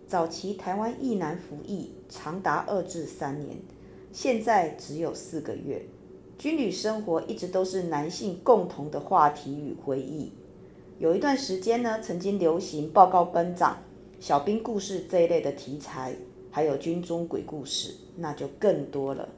早期台湾役男服役长达2至3年，现在只有4个月。军旅生活一直都是男性共同的话题与回忆。有一段时间呢，曾经流行报告班长、小兵故事这一类的题材，还有军中鬼故事，那就更多了。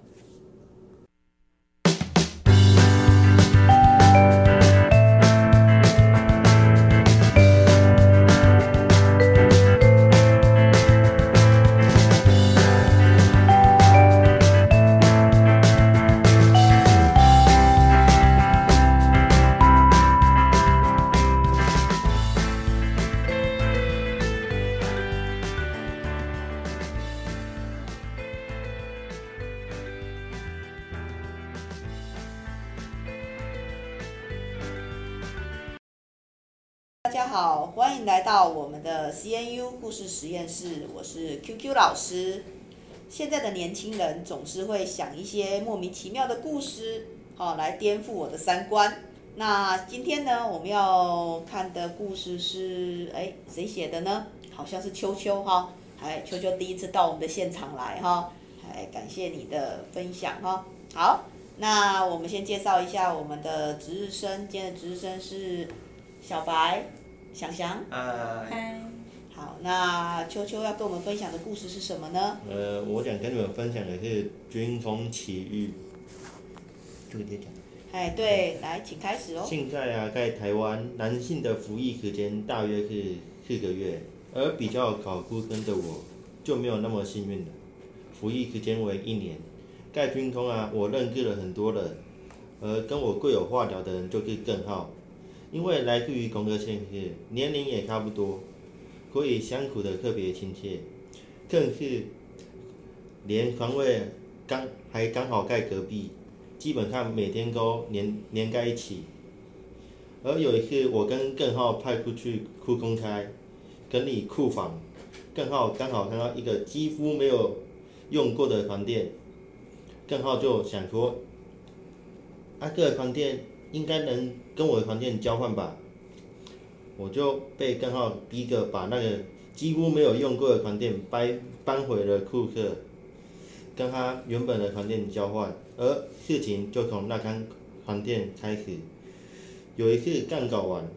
大家好，欢迎来到我们的 CNU 故事实验室，我是 QQ 老师。现在的年轻人总是会想一些莫名其妙的故事，来颠覆我的三观。那今天呢，我们要看的故事是，谁写的呢？好像是秋秋哈，秋秋第一次到我们的现场来哈，感谢你的分享哈。好，那我们先介绍一下我们的值日生，今天的值日生是小白。想想， 嗨， 好，那秋秋要跟我们分享的故事是什么呢？ 我想跟你们分享的是军中奇遇，就直接讲。 对，来，请开始哦。 现在在台湾男性的服役时间大约是4个月，而比较考孤生的我就没有那么幸运了，服役时间为1年。在军中我认识了很多人，而跟我最有话聊的人就是郑浩。因为来自于同个县市，年龄也差不多，所以相处的特别亲切，更是连床位还刚好在隔壁，基本上每天都黏在一起。而有一次，我跟郑浩派出去库公差整理库房，郑浩刚好看到一个几乎没有用过的床垫，郑浩就想说，这个床垫应该能跟我的床垫交换吧，我就被郑浩逼着把那个几乎没有用过的床垫搬回了库舍，跟他原本的床垫交换，而事情就从那张床垫开始。有一次干搞完，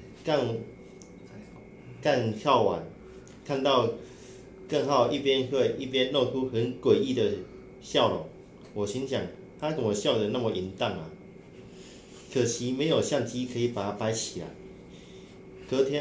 干跳完，看到郑浩一边睡一边露出很诡异的笑容，我心想他怎么笑得那么淫荡啊？可惜没有相机可以把它拍起来。隔天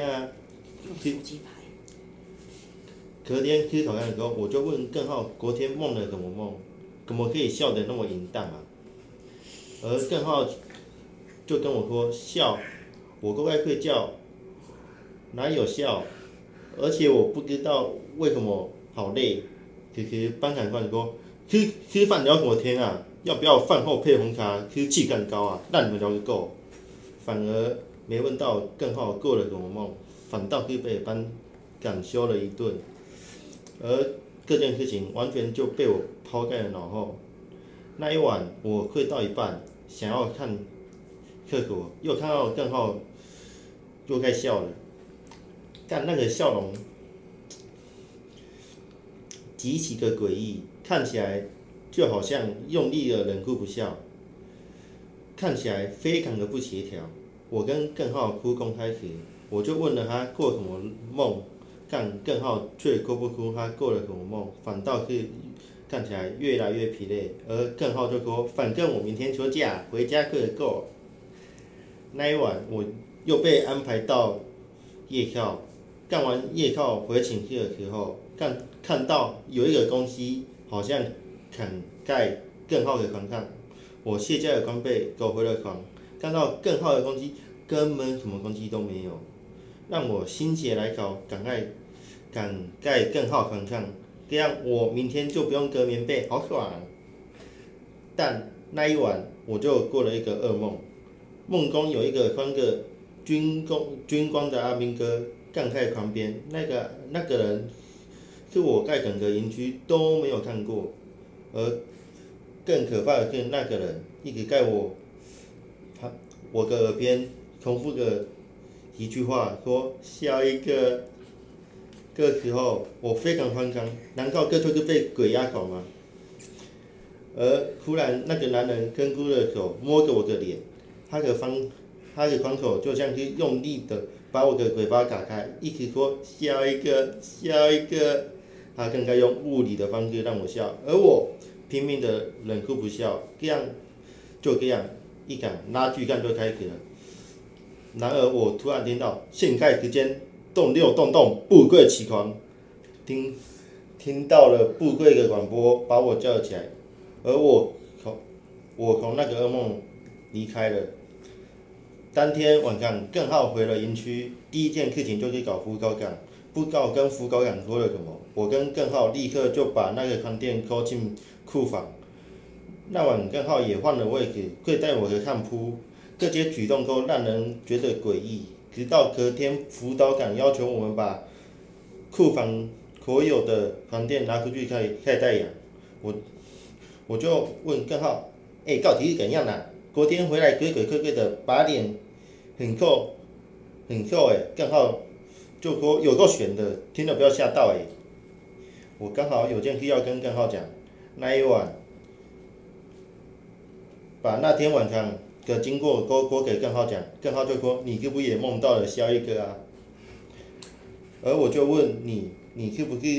吃早餐的时候，我就问郑浩昨天梦了什么梦，怎么可以笑得那么淫荡啊？而郑浩就跟我说笑，我都在睡觉，哪有笑？而且我不知道为什么好累。其实班长官说吃饭聊什么天啊？要不要饭后配红茶吃气干糕啊？让你们聊个够。反而没问到郑浩做了什么梦，反倒是被班长羞了一顿。而这件事情完全就被我抛在了脑后。那一晚我睡到一半，想要看厕所，又看到郑浩又在笑了，但那个笑容极其的诡异，看起来就好像用力的忍住不笑，看起来非常的不协调。我跟郑浩哭公开时，我就问了他做什么梦，但郑浩却说不出他做了什么梦，反倒是看起来越来越疲累。而郑浩就说，反正我明天休假，回家睡得够。那一晚我又被安排到夜校，干完夜校回寝室的时候，看到有一个东西好像躺在郑浩的床上，我卸下了装备走回了床，看到更好的东西根本什么东西都没有，让我心血来潮，赶在更好床上，这样我明天就不用隔棉被，好爽。但那一晚我就过了一个噩梦，梦中有一个穿着军装的阿兵哥站在床边，那个人是我在整个营区都没有看过，而更可怕的是那个人一直在我的耳边重复着一句话，说下一个这个时候我非常慌张，难道这就是被鬼压头吗？而忽然那个男人伸出了手摸着我的脸，他的双手就像是用力的把我的嘴巴打开，一直说笑一个，笑一个。他更该用物理的方式让我笑，而我拼命的忍住不笑，这样一场拉锯战就开始了。然而我突然听到现在时间动六动动，富贵起床，听到了富贵的广播，把我叫了起来，而我从那个噩梦离开了。当天晚上更好回了营区，第一件事情就是找福高港，不知道跟福高港说了什么，我跟更好立刻就把那个床垫拖进库房。那晚更好也换了位置，跪在我的上铺，这些举动都让人觉得诡异。直到隔天，辅导长要求我们把库房所有的床垫拿出去晒太阳，我就问更好，到底是怎样啦？昨天回来鬼鬼祟祟的，把脸很臭更好就说有够悬的，听了不要吓到我刚好有件事要跟更好讲，那一晚。把那天晚上的经过都给更好讲，更好就说你是不是也梦到了肖一哥啊？而我就问你是不是，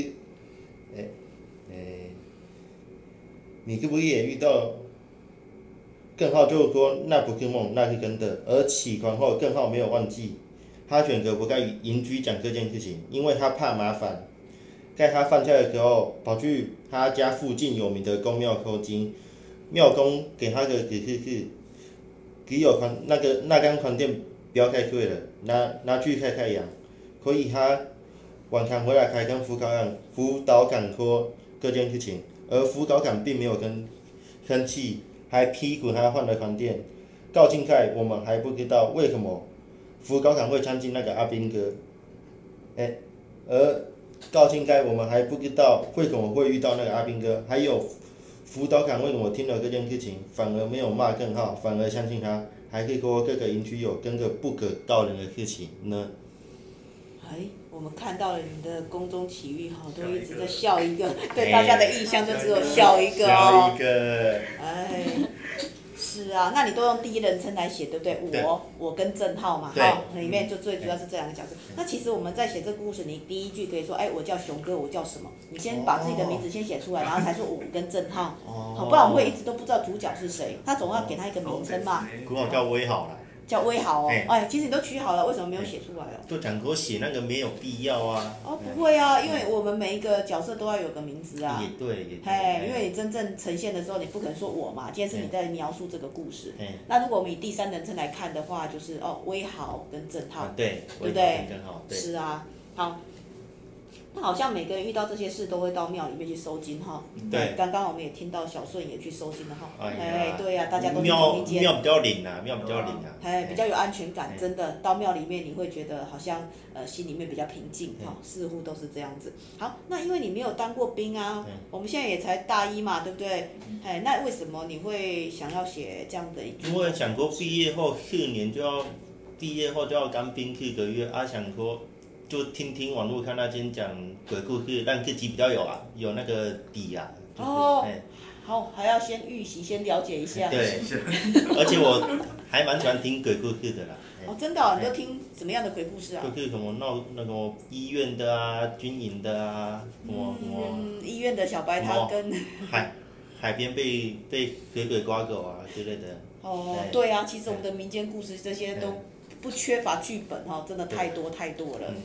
你是不是也遇到？更好就说那不是梦，那是真的。而起床后，更好没有忘记，他选择不跟邻居讲这件事情，因为他怕麻烦。在他放假的时候，跑去他家附近有名的公庙收金。庙公给他的指示是，只有那张床垫不要太碎了，拿去晒太阳。所以他晚上回来才跟辅导长说这件事情，而辅导长并没有生气，还批准他换了床垫。到现在我们还不知道为什么辅导长会相信那个阿兵哥，而到现在我们还不知道为什么会遇到那个阿兵哥，还有。辅导长为什么听了这件事情，反而没有骂更好，反而相信他，还可以说各个营区有跟个不可告人的事情呢？ 我们看到了你的宫中奇遇都一直在笑一个，对大家的印象就只有笑一个笑一个。 是啊，那你都用第一人称来写，对不对？我跟郑浩嘛，里面就最主要是这两个角色。那其实我们在写这个故事，你第一句可以说，我叫熊哥，我叫什么？你先把自己的名字先写出来，然后才说我跟郑浩，不然我会一直都不知道主角是谁。他总要给他一个名称嘛。 主角叫威好了。 叫威豪其实你都取好了，为什么没有写出来就讲说写那个没有必要啊。 不会啊，因为我们每一个角色都要有个名字啊。 也对。 因为你真正呈现的时候，你不可能说我嘛，今天是你在描述这个故事。那如果我们以第三人称来看的话，就是威豪跟郑浩， 对不对？是啊，好。那好像每个人遇到这些事都会到庙里面去收金哈。 对。 刚刚我们也听到小顺也去收金了哈。对呀。 大家都去同一间。 庙比较灵啊，庙比较灵啊。 比较有安全感，真的到庙里面你会觉得好像心里面比较平静似乎都是这样子。好，那因为你没有当过兵啊，我们现在也才大一嘛，对不对？那为什么你会想要写这样的一句？ 因为想说毕业后4年毕业后就要当兵4个月想说。就听网络看那些讲鬼故事，让自己比较有那个底啊。 好，还要先预习，先了解一下。 对，而且我还蛮喜欢听鬼故事的啦。 真的你都听什么样的鬼故事啊？ 就是什么那个医院的啊，军营的啊，什么。 医院的小白他跟。 海边被水鬼刮狗啊之类的。 对啊，其实我们的民间故事这些都不缺乏剧本真的太多太多了。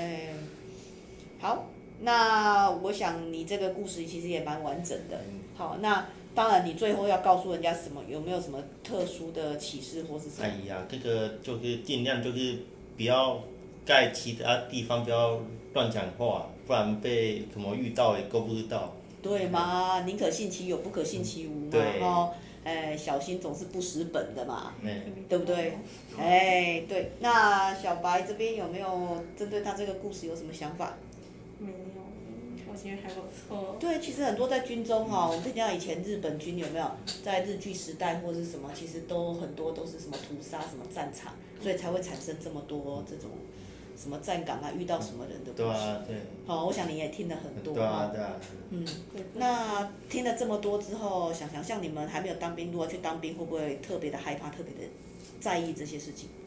好，那我想你这个故事其实也蛮完整的。好，那当然你最后要告诉人家什么？有没有什么特殊的启示或是什么？ 这个就是尽量就是不要在其他地方不要乱讲话，不然被什么遇到也够不知道。 对嘛，宁可信其有，不可信其无嘛。小心总是不识本的嘛，对不对？对。那小白这边有没有针对他这个故事有什么想法？ 没有，我觉得还不错。 对，其实很多在军中我们听到以前日本军有没有在日据时代或是什么，其实都很多都是什么屠杀什么战场，所以才会产生这么多这种什么站岗啊，遇到什么人的故事。 对啊，对。 好，我想你也听了很多。 对啊，对啊。 那听了这么多之后，想像你们还没有当兵，如果去当兵，会不会特别的害怕，特别的在意这些事情？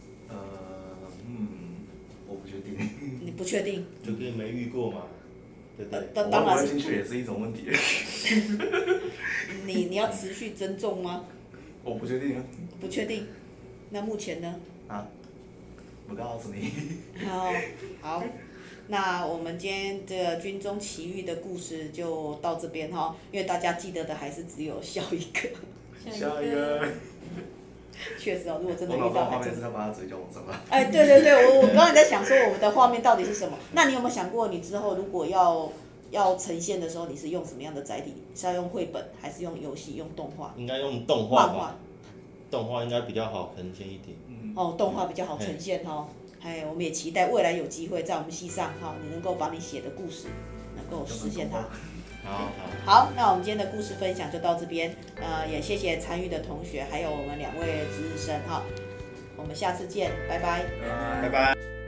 我不确定。 你不确定？ 就跟没遇过嘛，对不对？ 当然是。 进去也是一种问题。 你要持续增重吗？ 我不确定啊。 不确定。那目前呢？ 不告诉你。 好，那我们今天这个军中奇遇的故事就到这边哈，因为大家记得的还是只有笑一个。 笑一个。 确实哦，如果真的遇到， 我脑中画面是他把他嘴角往上拉。 哎，对，我刚才在想说我们的画面到底是什么？那你有没有想过，你之后如果要呈现的时候，你是用什么样的载体？是要用绘本，还是用游戏、用动画？ 应该用动画吧。 漫画。 动画应该比较好呈现一点。 动画比较好呈现哈。我们也期待未来有机会在我们系上哈，你能够把你写的故事能够实现它。好，那我们今天的故事分享就到这边，也谢谢参与的同学，还有我们2位值日生哈，我们下次见，拜拜。 拜拜。